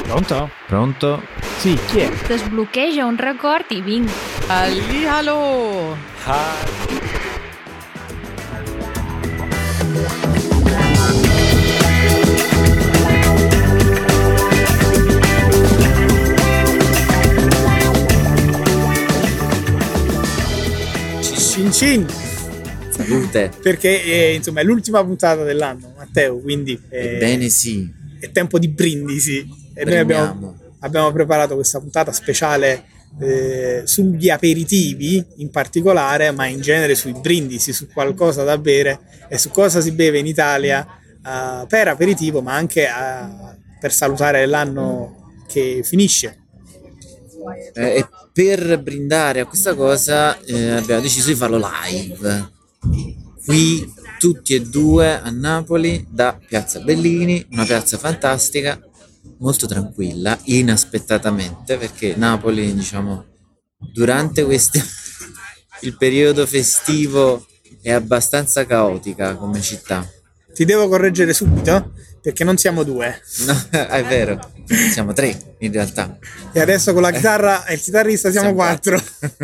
Pronto? Pronto? Sì, chi è? Desbloqueja un record i vinc. Hallihallo! Cin cin! Salute! Perché insomma è l'ultima puntata dell'anno, Matteo, quindi Ebbene sì, è tempo di brindisi. E noi abbiamo preparato questa puntata speciale sugli aperitivi in particolare, ma in genere sui brindisi, su qualcosa da bere e su cosa si beve in Italia per aperitivo, ma anche per salutare l'anno che finisce. e per brindare a questa cosa abbiamo deciso di farlo live. Qui tutti e due a Napoli, da Piazza Bellini, una piazza fantastica, molto tranquilla, inaspettatamente, perché Napoli, diciamo, durante il periodo festivo è abbastanza caotica come città. Ti devo correggere subito perché non siamo due. No, è vero, siamo tre in realtà. E adesso con la chitarra e il chitarrista siamo quattro.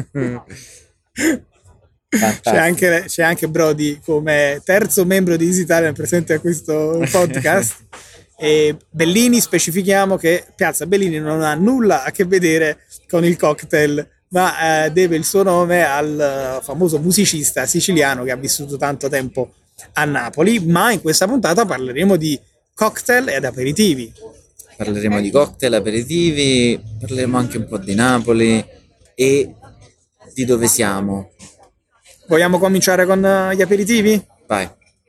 C'è anche Brody come terzo membro di Easy Italian presente a questo podcast. E Bellini, specifichiamo che Piazza Bellini non ha nulla a che vedere con il cocktail, ma deve il suo nome al famoso musicista siciliano che ha vissuto tanto tempo a Napoli. Ma in questa puntata parleremo di cocktail ed aperitivi. Parleremo di cocktail, aperitivi, parleremo anche un po' di Napoli e di dove siamo. Vogliamo cominciare con gli aperitivi? Vai.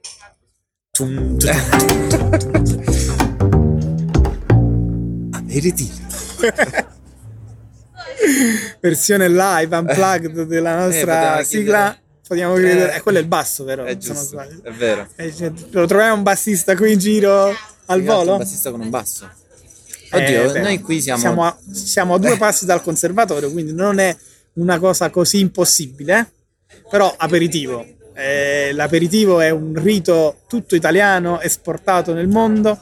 Aperitivi. Versione live, unplugged della nostra sigla. Potremmo credere, quello è il basso, vero? È giusto, è vero. Lo troviamo un bassista qui in giro al volo? Un bassista con un basso. Oddio, noi qui siamo a 2 passi dal conservatorio, quindi non è una cosa così impossibile. Però aperitivo. L'aperitivo è un rito tutto italiano, esportato nel mondo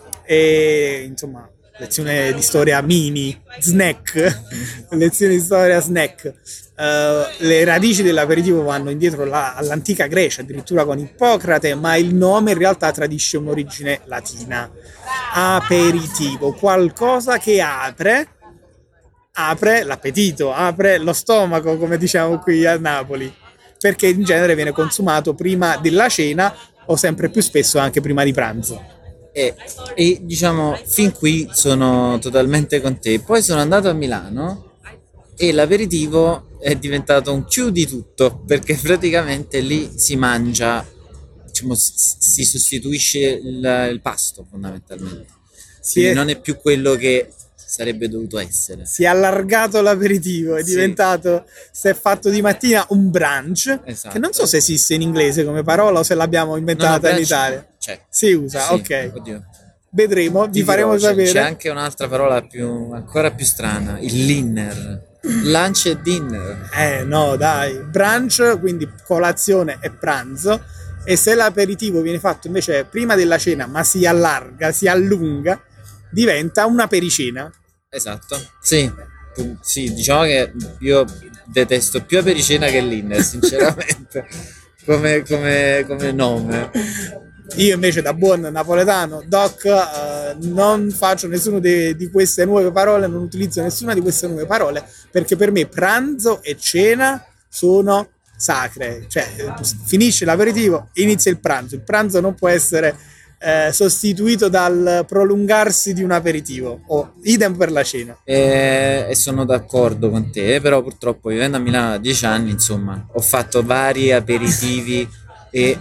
e insomma lezione di storia mini, snack, lezione di storia snack. Le radici dell'aperitivo vanno indietro all'antica Grecia, addirittura con Ippocrate, ma il nome in realtà tradisce un'origine latina. Aperitivo, qualcosa che apre l'appetito, apre lo stomaco, come diciamo qui a Napoli, perché in genere viene consumato prima della cena o sempre più spesso anche prima di pranzo. E diciamo, fin qui sono totalmente con te. Poi sono andato a Milano e l'aperitivo è diventato un chiudi tutto, perché praticamente lì si mangia, diciamo, si sostituisce il pasto fondamentalmente. Non è più quello che sarebbe dovuto essere. Si è allargato l'aperitivo, è diventato, se è fatto di mattina, un brunch, esatto. Che non so se esiste in inglese come parola o se l'abbiamo inventata in Italia. Si usa, sì, ok. Oddio. Vedremo, vi faremo sapere. C'è anche un'altra parola ancora più strana, il dinner. Lunch e dinner. No, dai. Brunch, quindi colazione e pranzo. E se l'aperitivo viene fatto invece prima della cena, ma si allarga, si allunga, diventa una pericena. Esatto, sì, diciamo che io detesto più apericena che l'inner, sinceramente, come nome. Io invece, da buon napoletano, doc, non faccio nessuna di queste nuove parole, non utilizzo nessuna di queste nuove parole, perché per me pranzo e cena sono sacre. Cioè, finisce l'aperitivo, inizia il pranzo non può essere sostituito dal prolungarsi di un aperitivo, o idem per la cena. E sono d'accordo con te, però purtroppo vivendo a Milano da 10 anni, insomma, ho fatto vari aperitivi e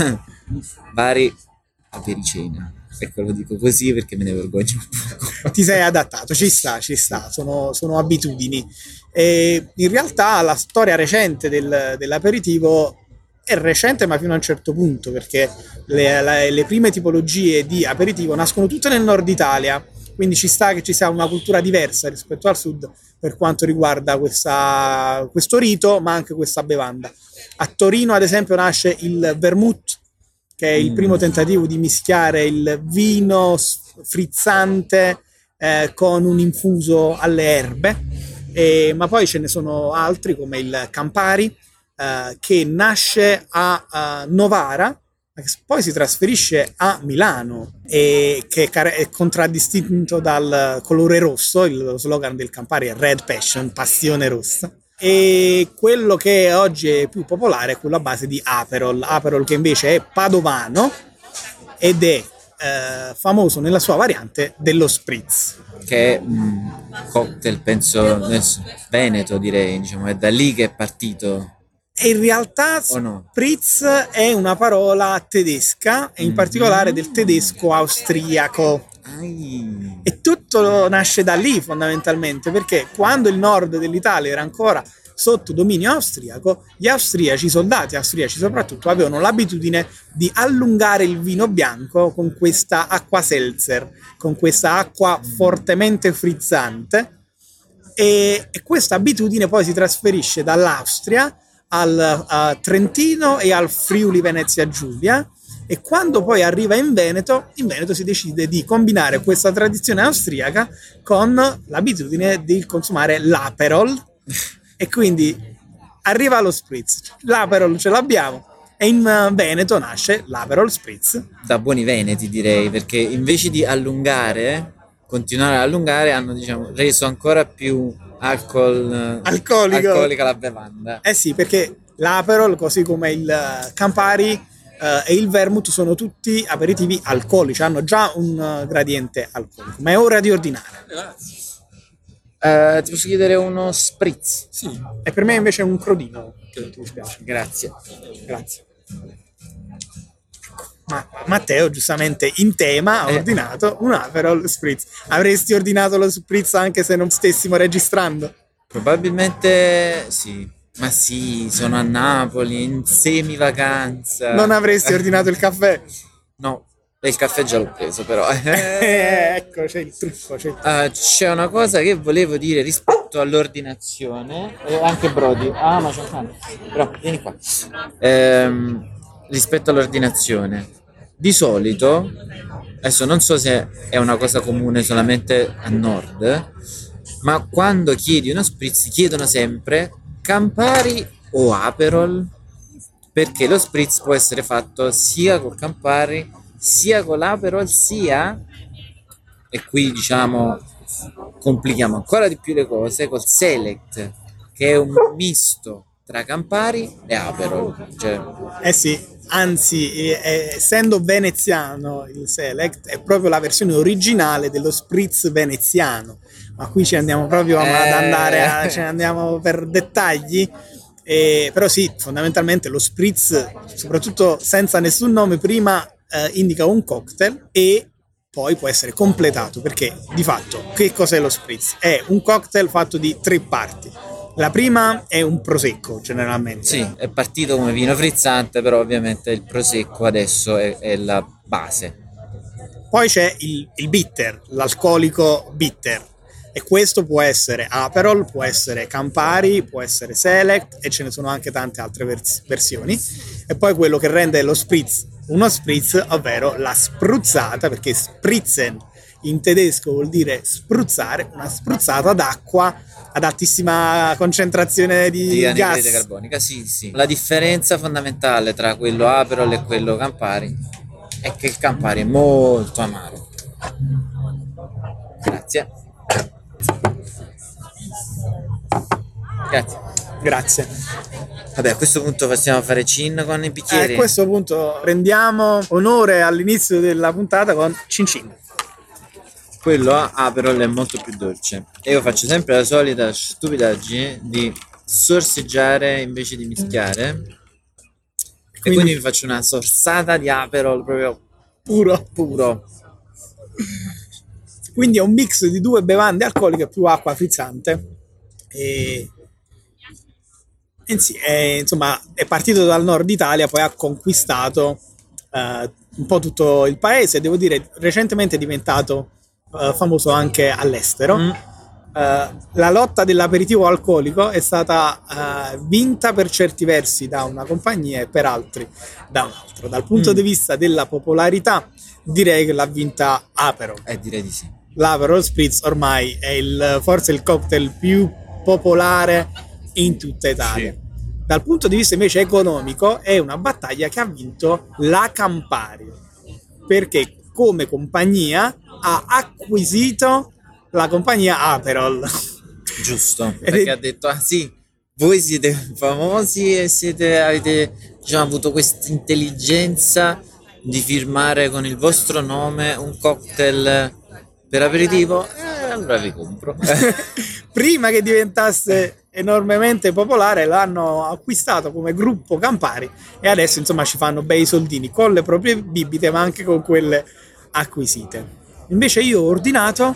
vari apericena. Ecco, lo dico così perché me ne vergogno un po'. Ti sei adattato, ci sta, sono abitudini. E in realtà la storia recente dell'aperitivo è recente, ma fino a un certo punto, perché le prime tipologie di aperitivo nascono tutte nel nord Italia, quindi ci sta che ci sia una cultura diversa rispetto al sud per quanto riguarda questo rito, ma anche questa bevanda. A Torino, ad esempio, nasce il vermouth, che è il primo tentativo di mischiare il vino frizzante con un infuso alle erbe, ma poi ce ne sono altri come il Campari, che nasce a Novara, poi si trasferisce a Milano e che è contraddistinto dal colore rosso. Lo slogan del Campari è Red Passion, passione rossa. E quello che oggi è più popolare è quello a base di Aperol che invece è padovano ed è famoso nella sua variante dello spritz, che è un cocktail, penso, veneto, direi, diciamo, è da lì che è partito. E in realtà no? spritz è una parola tedesca, e in particolare del tedesco austriaco. E tutto nasce da lì fondamentalmente, perché quando il nord dell'Italia era ancora sotto dominio austriaco, gli austriaci, i soldati austriaci soprattutto, avevano l'abitudine di allungare il vino bianco con questa acqua seltzer, con questa acqua fortemente frizzante, e questa abitudine poi si trasferisce dall'Austria al Trentino e al Friuli Venezia Giulia, e quando poi arriva in Veneto si decide di combinare questa tradizione austriaca con l'abitudine di consumare l'Aperol, e quindi arriva lo spritz. L'Aperol ce l'abbiamo e in Veneto nasce l'Aperol Spritz. Da buoni veneti, direi, perché invece di continuare ad allungare, hanno, diciamo, reso ancora più alcolica la bevanda. Sì, perché l'Aperol, così come il Campari e il Vermouth, sono tutti aperitivi alcolici, hanno già un gradiente alcolico. Ma è ora di ordinare. Grazie. Ti posso chiedere uno spritz? Sì. E per me invece è un crodino, che non ti dispiace. Grazie. Ma Matteo, giustamente in tema, ha ordinato un Aperol Spritz. Avresti ordinato lo Spritz anche se non stessimo registrando? Probabilmente sì. Ma sì, sono a Napoli, in semi-vacanza. Non avresti ordinato il caffè? No, il caffè già l'ho preso, però. Ecco, c'è il trucco. C'è una cosa che volevo dire rispetto all'ordinazione. Anche Brody. Ma c'è un cane. Però, vieni qua. Rispetto all'ordinazione. Di solito, adesso non so se è una cosa comune solamente a nord, ma quando chiedi uno spritz chiedono sempre Campari o Aperol, perché lo spritz può essere fatto sia col Campari sia con l'Aperol, sia, e qui diciamo complichiamo ancora di più le cose, col Select, che è un misto tra Campari e Aperol. Sì, anzi, essendo veneziano il Select, è proprio la versione originale dello spritz veneziano, ma qui ci andiamo proprio ad andare ce ne andiamo per dettagli. Però sì, fondamentalmente lo spritz, soprattutto senza nessun nome prima, indica un cocktail e poi può essere completato, perché di fatto che cos'è lo spritz? È un cocktail fatto di 3 parti. La prima è un prosecco, generalmente. Sì, è partito come vino frizzante, però ovviamente il prosecco adesso è la base. Poi c'è il bitter, l'alcolico bitter, e questo può essere Aperol, può essere Campari, può essere Select, e ce ne sono anche tante altre versioni. E poi quello che rende lo spritz uno spritz, ovvero la spruzzata, perché spritzen in tedesco vuol dire spruzzare, una spruzzata d'acqua ad altissima concentrazione di gas. Anidride carbonica, sì. La differenza fondamentale tra quello Aperol e quello Campari è che il Campari è molto amaro. Grazie. Vabbè, a questo punto passiamo a fare cin con i bicchieri. A questo punto rendiamo onore all'inizio della puntata con cin cin. Quello Aperol è molto più dolce e io faccio sempre la solita stupidaggine di sorseggiare invece di mischiare, e quindi mi faccio una sorsata di Aperol proprio puro. Quindi è un mix di 2 bevande alcoliche più acqua frizzante, insomma è partito dal nord Italia, poi ha conquistato un po' tutto il paese. Devo dire, recentemente è diventato famoso anche all'estero. La lotta dell'aperitivo alcolico è stata vinta per certi versi da una compagnia e per altri da un altro. Dal punto di vista della popolarità, direi che l'ha vinta Aperol. Direi di sì. l'Aperol Spritz ormai è forse il cocktail più popolare in tutta Italia. Sì. Dal punto di vista invece economico è una battaglia che ha vinto la Campari, perché come compagnia ha acquisito la compagnia Aperol. Giusto, perché ha detto, ah sì, voi siete famosi e avete già avuto questa intelligenza di firmare con il vostro nome un cocktail per aperitivo, allora vi compro. Prima che diventasse enormemente popolare l'hanno acquistato come gruppo Campari e adesso insomma ci fanno bei soldini con le proprie bibite ma anche con quelle acquisite. Invece io ho ordinato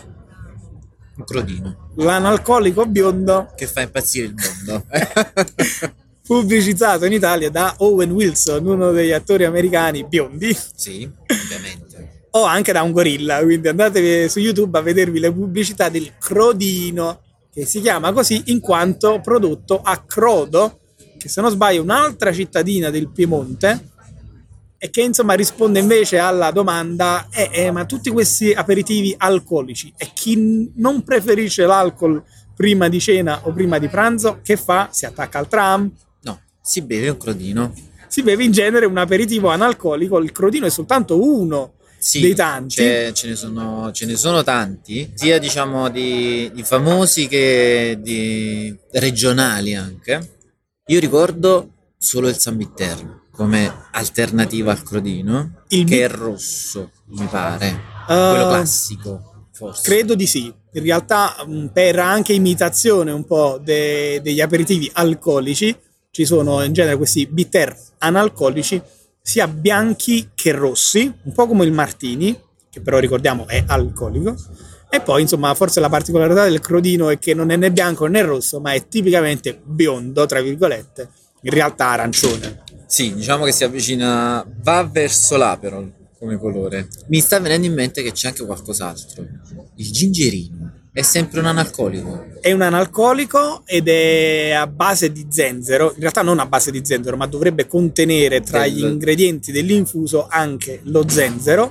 Un crodino l'analcolico biondo che fa impazzire il mondo. pubblicizzato in Italia da Owen Wilson, uno degli attori americani biondi, Sì, ovviamente. o anche da un gorilla, quindi andatevi su YouTube a vedervi le pubblicità del crodino, che si chiama così in quanto prodotto a Crodo, che se non sbaglio è un'altra cittadina del Piemonte, e che insomma risponde invece alla domanda ma tutti questi aperitivi alcolici, e chi non preferisce l'alcol prima di cena o prima di pranzo, che fa? Si attacca al tram, No, si beve un crodino. si beve in genere un aperitivo analcolico. Il crodino è soltanto uno Sì, dei tanti. ce ne sono tanti, sia diciamo di famosi che di regionali anche. Io ricordo solo il San Bitter come alternativa al crodino, Il che bi- è rosso, mi pare, quello classico, forse. Credo di sì. In realtà per anche imitazione un po' degli aperitivi alcolici ci sono in genere questi bitter analcolici sia bianchi che rossi, un po' come il martini, che però ricordiamo è alcolico. E poi insomma forse la particolarità del crodino è che non è né bianco né rosso, ma è tipicamente biondo, tra virgolette, in realtà arancione. Sì, diciamo che si avvicina, va verso l'Aperol come colore. Mi sta venendo in mente che c'è anche qualcos'altro. Il gingerino è sempre un analcolico. È un analcolico ed è a base di zenzero, in realtà non a base di zenzero, ma dovrebbe contenere tra gli ingredienti dell'infuso anche lo zenzero,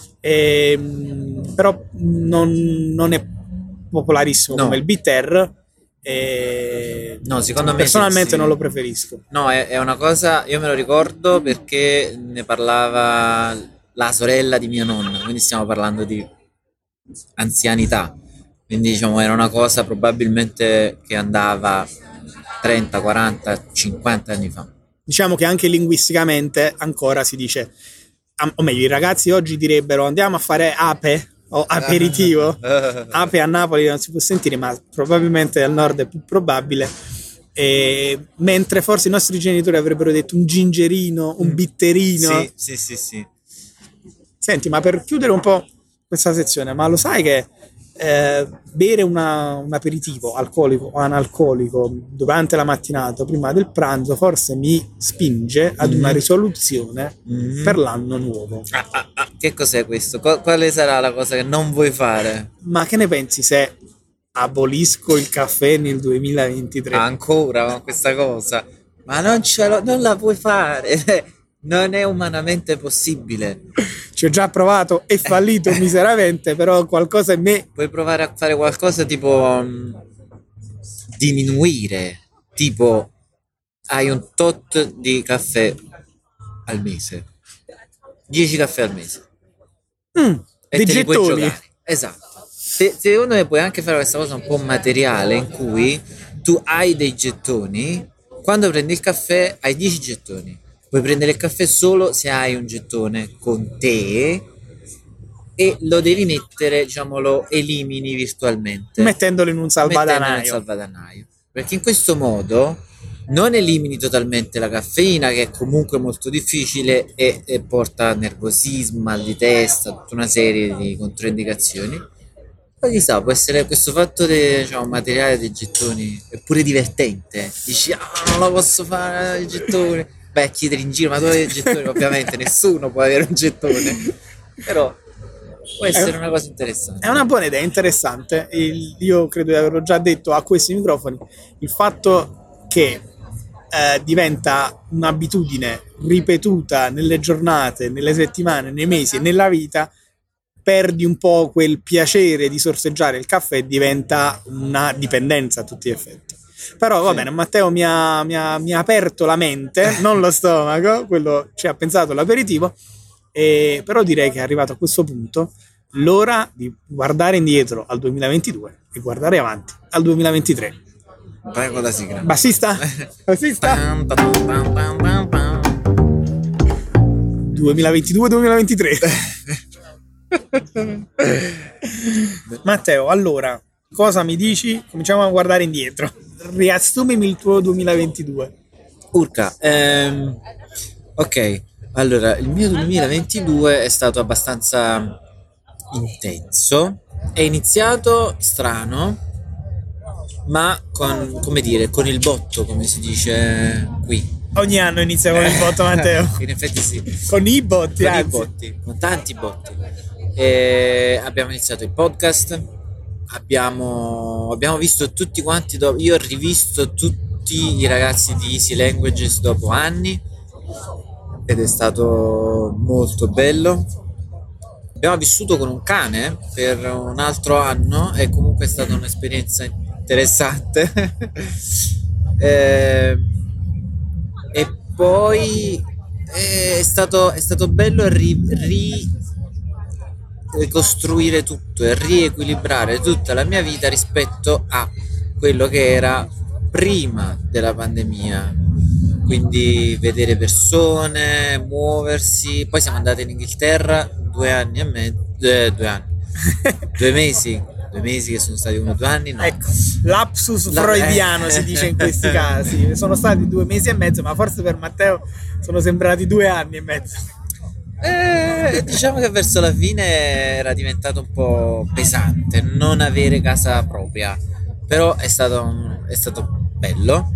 però non è popolarissimo No. come il bitter. No, secondo me personalmente sì. non lo preferisco. No, è una cosa, io me lo ricordo perché ne parlava la sorella di mia nonna, quindi stiamo parlando di anzianità. Quindi diciamo era una cosa probabilmente che andava 30, 40, 50 anni fa. Diciamo che anche linguisticamente ancora si dice, o meglio, i ragazzi oggi direbbero andiamo a fare ape o aperitivo. Ape a Napoli non si può sentire, ma probabilmente al nord è più probabile. Mentre forse i nostri genitori avrebbero detto un gingerino, un bitterino. Sì. Senti, ma per chiudere un po' questa sezione, ma lo sai che bere un aperitivo alcolico o analcolico durante la mattinata, prima del pranzo, forse mi spinge ad una risoluzione per l'anno nuovo. Che cos'è questo? Quale sarà la cosa che non vuoi fare? Ma che ne pensi se abolisco il caffè nel 2023? Ancora con questa cosa? Ma non la puoi fare. Non è umanamente possibile. Ci ho già provato e fallito miseramente, però qualcosa in me. Puoi provare a fare qualcosa tipo diminuire, tipo hai un tot di caffè al mese, 10 caffè al mese e dei te li puoi gettoni. giocare. Esatto. Secondo me puoi anche fare questa cosa un po' materiale in cui tu hai dei gettoni, quando prendi il caffè hai 10 gettoni. Puoi prendere il caffè solo se hai un gettone con te e lo devi mettere, diciamo, lo elimini virtualmente. Mettendolo in un salvadanaio. Perché in questo modo non elimini totalmente la caffeina, che è comunque molto difficile e porta a nervosismo, mal di testa, tutta una serie di controindicazioni. Poi chissà, può essere questo fatto diciamo, materiale dei gettoni è pure divertente. Dici, non lo posso fare i gettoni. Beh, chiedere in giro, ma tu hai i gettoni? Ovviamente nessuno può avere un gettone, però può essere una cosa interessante. È una buona idea, interessante. Io credo di averlo già detto a questi microfoni, il fatto che diventa un'abitudine ripetuta nelle giornate, nelle settimane, nei mesi e nella vita, perdi un po' quel piacere di sorseggiare il caffè e diventa una dipendenza a tutti gli effetti. Però va bene, Matteo mi ha aperto la mente, non lo stomaco, quello ci ha pensato l'aperitivo, però direi che è arrivato a questo punto l'ora di guardare indietro al 2022 e guardare avanti al 2023. Vai con la sigla. Bassista? Bassista? 2022-2023. Matteo, allora, cosa mi dici? Cominciamo a guardare indietro. Riassumimi il tuo 2022. Urca, ok, allora il mio 2022 è stato abbastanza intenso. È iniziato strano, ma con il botto, come si dice qui. Ogni anno inizia con il botto, Matteo. In effetti sì. Con i botti, Con anzi. i botti, con tanti botti. E abbiamo iniziato il podcast, abbiamo visto tutti quanti, io ho rivisto tutti i ragazzi di Easy Languages dopo anni ed è stato molto bello. Abbiamo vissuto con un cane per un altro anno e comunque è stata un'esperienza interessante. E poi è stato bello ricostruire tutto e riequilibrare tutta la mia vita rispetto a quello che era prima della pandemia, quindi vedere persone, muoversi. Poi siamo andati in Inghilterra 2 anni e mezzo, 2 mesi che sono stati 1 o 2 anni, no. Ecco, lapsus freudiano si dice in questi casi. Sono stati 2 mesi e mezzo, ma forse per Matteo sono sembrati 2 anni e mezzo. Diciamo che verso la fine era diventato un po' pesante non avere casa propria, però è stato bello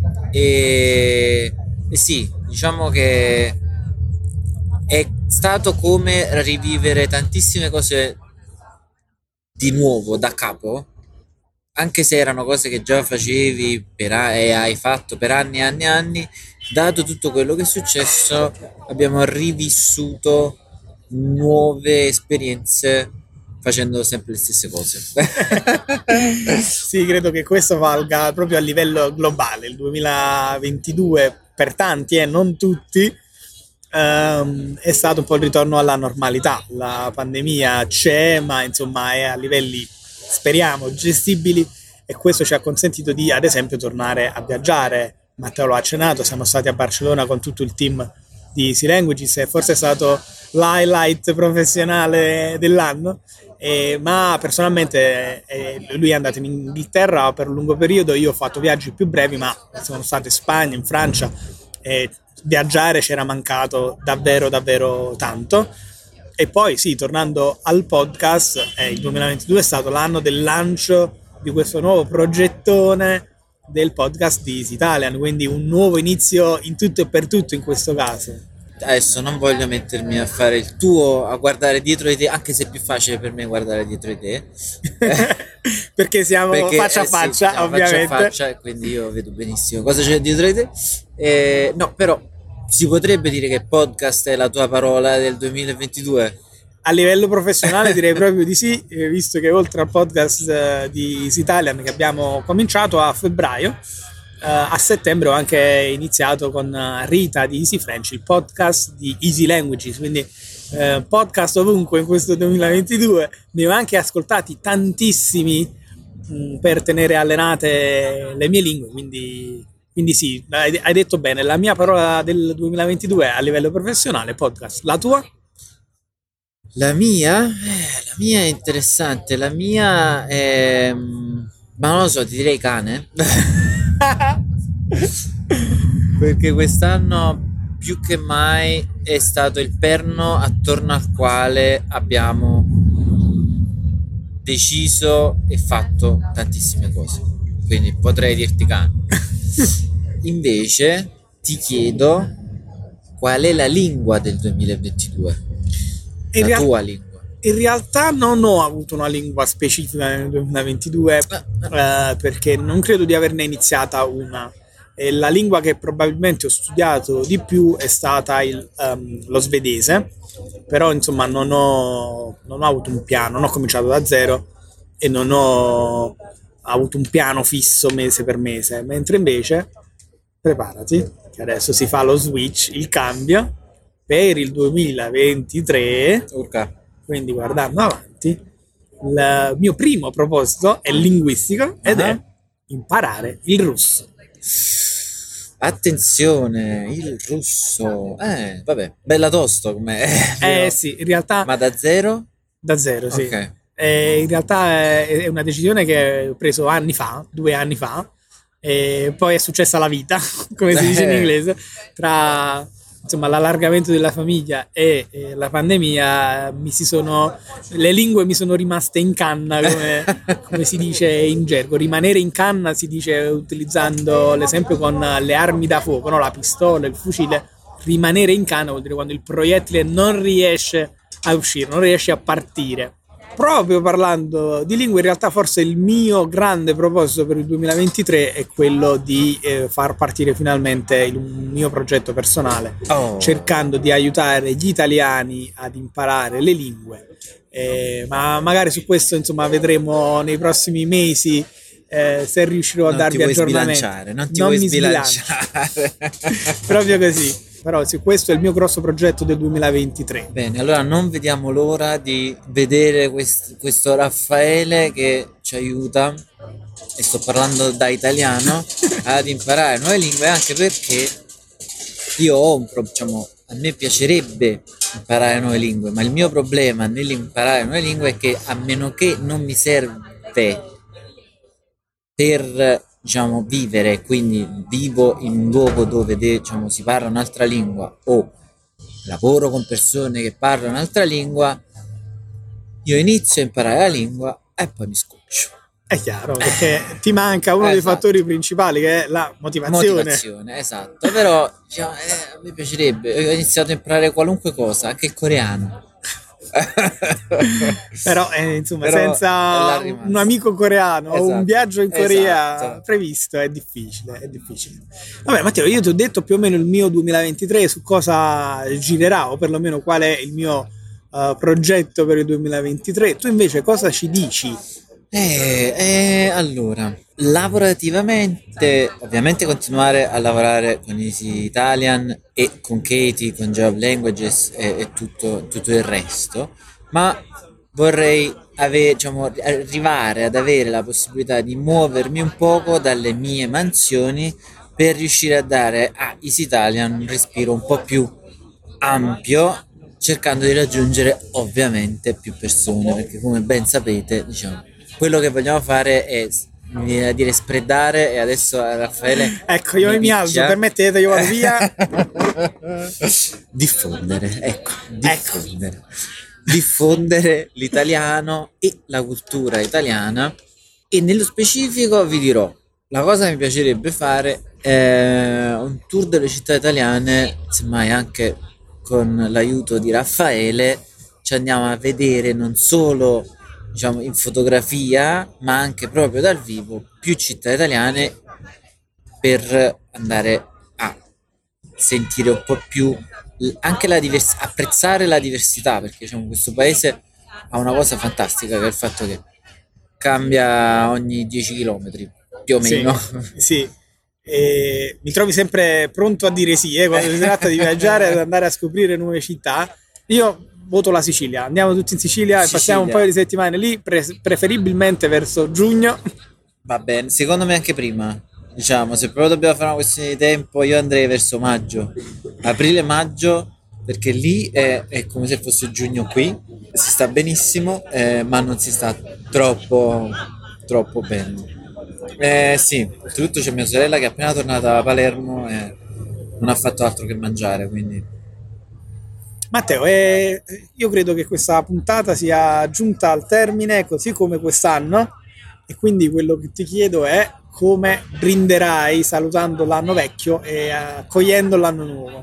e sì, diciamo che è stato come rivivere tantissime cose di nuovo da capo, anche se erano cose che già facevi e hai fatto per anni e anni e anni. Dato tutto quello che è successo, abbiamo rivissuto nuove esperienze facendo sempre le stesse cose. Sì, credo che questo valga proprio a livello globale. Il 2022 per tanti e non tutti è stato un po' il ritorno alla normalità. La pandemia c'è, ma insomma è a livelli, speriamo, gestibili, e questo ci ha consentito di, ad esempio, tornare a viaggiare. Matteo lo ha accennato, siamo stati a Barcellona con tutto il team di Easy Languages e forse è stato l'highlight professionale dell'anno, ma personalmente lui è andato in Inghilterra per un lungo periodo, io ho fatto viaggi più brevi, ma sono stato in Spagna, in Francia, e viaggiare c'era mancato davvero davvero tanto. E poi sì, tornando al podcast, il 2022 è stato l'anno del lancio di questo nuovo progettone del podcast di Easy Italian, quindi un nuovo inizio in tutto e per tutto in questo caso. Adesso non voglio mettermi a fare il tuo, a guardare dietro di te, anche se è più facile per me guardare dietro di te. Perché siamo faccia a faccia, sì, ovviamente. Faccia a faccia, e quindi io vedo benissimo cosa c'è dietro di te. No, però si potrebbe dire che podcast è la tua parola del 2022? A livello professionale direi proprio di sì, visto che oltre al podcast di Easy Italian che abbiamo cominciato a febbraio, a settembre ho anche iniziato con Rita di Easy French, il podcast di Easy Languages, quindi podcast ovunque in questo 2022. Ne ho anche ascoltati tantissimi per tenere allenate le mie lingue, quindi sì, hai detto bene, la mia parola del 2022 a livello professionale podcast. La tua? La mia è interessante, la mia è... ma non lo so, ti direi cane. Perché quest'anno più che mai è stato il perno attorno al quale abbiamo deciso e fatto tantissime cose, quindi potrei dirti cane. Invece ti chiedo qual è la lingua del 2022, tua lingua. In realtà non ho avuto una lingua specifica nel 2022 perché non credo di averne iniziata una. E la lingua che probabilmente ho studiato di più è stata lo svedese, però insomma non ho avuto un piano, non ho cominciato da zero e non ho avuto un piano fisso mese per mese, mentre invece preparati che adesso si fa lo switch, il cambio per il 2023, Urca. quindi guardando avanti, il mio primo proposito è linguistico ed è imparare il russo. Attenzione, il russo. Vabbè, bella tosto come. Sì, in realtà Ma da zero? da zero, sì. Ok. In realtà è una decisione che ho preso anni fa, 2 anni fa, e poi è successa la vita, come si dice in inglese, tra insomma l'allargamento della famiglia e la pandemia le lingue mi sono rimaste in canna, come si dice in gergo. Rimanere in canna si dice utilizzando l'esempio con le armi da fuoco, no? La pistola, il fucile. Rimanere in canna vuol dire quando il proiettile non riesce a uscire, non riesce a partire. Proprio parlando di lingue, in realtà forse il mio grande proposito per il 2023 è quello di far partire finalmente il mio progetto personale, cercando di aiutare gli italiani ad imparare le lingue. Ma magari su questo insomma vedremo nei prossimi mesi se riuscirò a darvi aggiornamenti. Non ti vuoi sbilanciare. Proprio così. Però sì, questo è il mio grosso progetto del 2023. Bene, allora non vediamo l'ora di vedere questo Raffaele che ci aiuta, e sto parlando da italiano, ad imparare nuove lingue, anche perché io ho a me piacerebbe imparare nuove lingue, ma il mio problema nell'imparare nuove lingue è che, a meno che non mi serve per vivere, quindi vivo in un luogo dove si parla un'altra lingua o lavoro con persone che parlano un'altra lingua, io inizio a imparare la lingua e poi mi scoccio. È chiaro, perché ti manca uno dei fattori principali, che è la motivazione. Esatto, però a me piacerebbe, ho iniziato a imparare qualunque cosa, anche il coreano. Però senza un amico coreano o un viaggio in Corea previsto è difficile. Vabbè Matteo, io ti ho detto più o meno il mio 2023 su cosa girerà, o perlomeno qual è il mio progetto per il 2023. Tu invece cosa ci dici? Allora, lavorativamente ovviamente continuare a lavorare con Easy Italian e con Katie, con Job Languages e tutto il resto, ma vorrei arrivare ad avere la possibilità di muovermi un poco dalle mie mansioni per riuscire a dare a Easy Italian un respiro un po' più ampio, cercando di raggiungere ovviamente più persone, perché come ben sapete, quello che vogliamo fare è, mi viene a dire, spreadare, e adesso Raffaele ecco, io mi alzo, permettete, io vado via. Diffondere l'italiano e la cultura italiana. E nello specifico vi dirò, la cosa che mi piacerebbe fare è un tour delle città italiane, semmai anche con l'aiuto di Raffaele ci andiamo a vedere non solo in fotografia, ma anche proprio dal vivo più città italiane, per andare a sentire un po' più anche apprezzare la diversità, perché questo paese ha una cosa fantastica, che è il fatto che cambia ogni 10 chilometri più o meno. Sì. E mi trovi sempre pronto a dire sì quando si tratta di viaggiare, ad andare a scoprire nuove città. Io voto la Sicilia, andiamo tutti in Sicilia e passiamo un paio di settimane lì, preferibilmente verso giugno. Va bene, secondo me anche prima, se proprio dobbiamo fare una questione di tempo, io andrei verso maggio, aprile-maggio, perché lì è come se fosse giugno qui, si sta benissimo, ma non si sta troppo bene. Sì, oltretutto c'è mia sorella che è appena tornata da Palermo e non ha fatto altro che mangiare, quindi... Matteo, io credo che questa puntata sia giunta al termine, così come quest'anno, e quindi quello che ti chiedo è come brinderai salutando l'anno vecchio e accogliendo l'anno nuovo.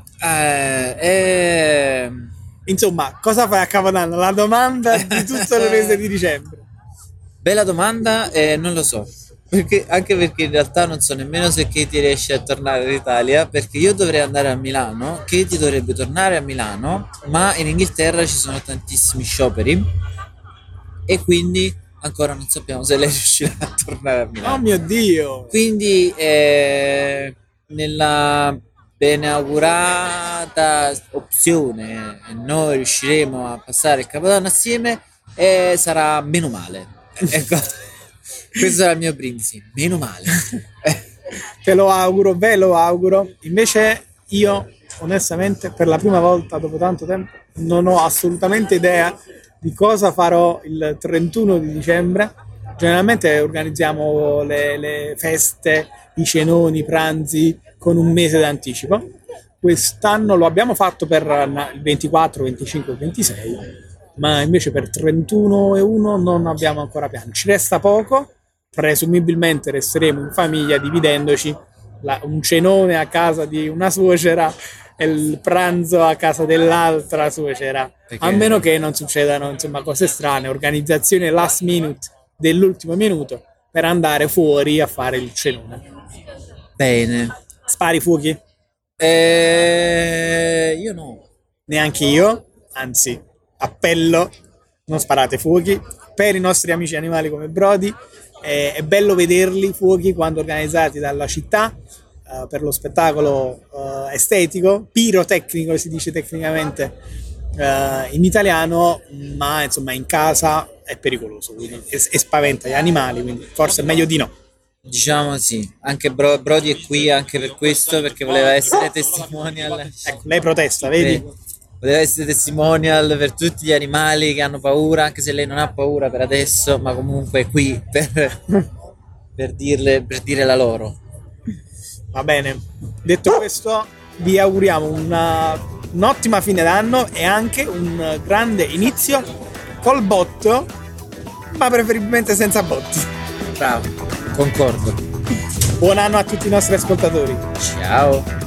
Insomma, cosa fai a Capodanno? La domanda di tutto il mese di dicembre. Bella domanda, non lo so. anche perché in realtà non so nemmeno se Katie riesce a tornare in Italia, perché io dovrei andare a Milano, Katie dovrebbe tornare a Milano, ma in Inghilterra ci sono tantissimi scioperi e quindi ancora non sappiamo se lei riuscirà a tornare a Oh Milano. mio Dio! Quindi nella benaugurata opzione noi riusciremo a passare il Capodanno assieme e sarà meno male. Ecco, questo sarà il mio brindisi, meno male. Te lo auguro, ve lo auguro. Invece io, onestamente, per la prima volta dopo tanto tempo, non ho assolutamente idea di cosa farò il 31 di dicembre. Generalmente organizziamo le feste, i cenoni, i pranzi con un mese d'anticipo. Quest'anno lo abbiamo fatto per il 24, 25 e 26, ma invece per 31 e 1 non abbiamo ancora piani. Ci resta poco, presumibilmente resteremo in famiglia dividendoci un cenone a casa di una suocera e il pranzo a casa dell'altra suocera, a meno che non succedano insomma cose strane, organizzazione last minute dell'ultimo minuto per andare fuori a fare il cenone. Bene. Spari fuochi? Io no. Neanche io, anzi, appello, non sparate fuochi. Per i nostri amici animali come Brody, è bello vederli fuochi quando organizzati dalla città, per lo spettacolo estetico, pirotecnico si dice tecnicamente in italiano, ma insomma in casa è pericoloso, quindi, e spaventa gli animali, quindi forse è meglio di no. Diciamo sì, anche Brody è qui anche per questo, perché voleva essere testimonial. Ecco, lei protesta, vedi? Voleva essere testimonial per tutti gli animali che hanno paura, anche se lei non ha paura per adesso, ma comunque è qui per dire la loro. Va bene, detto questo vi auguriamo un'ottima fine d'anno e anche un grande inizio col botto, ma preferibilmente senza botti. Bravo, concordo. Buon anno a tutti i nostri ascoltatori. Ciao.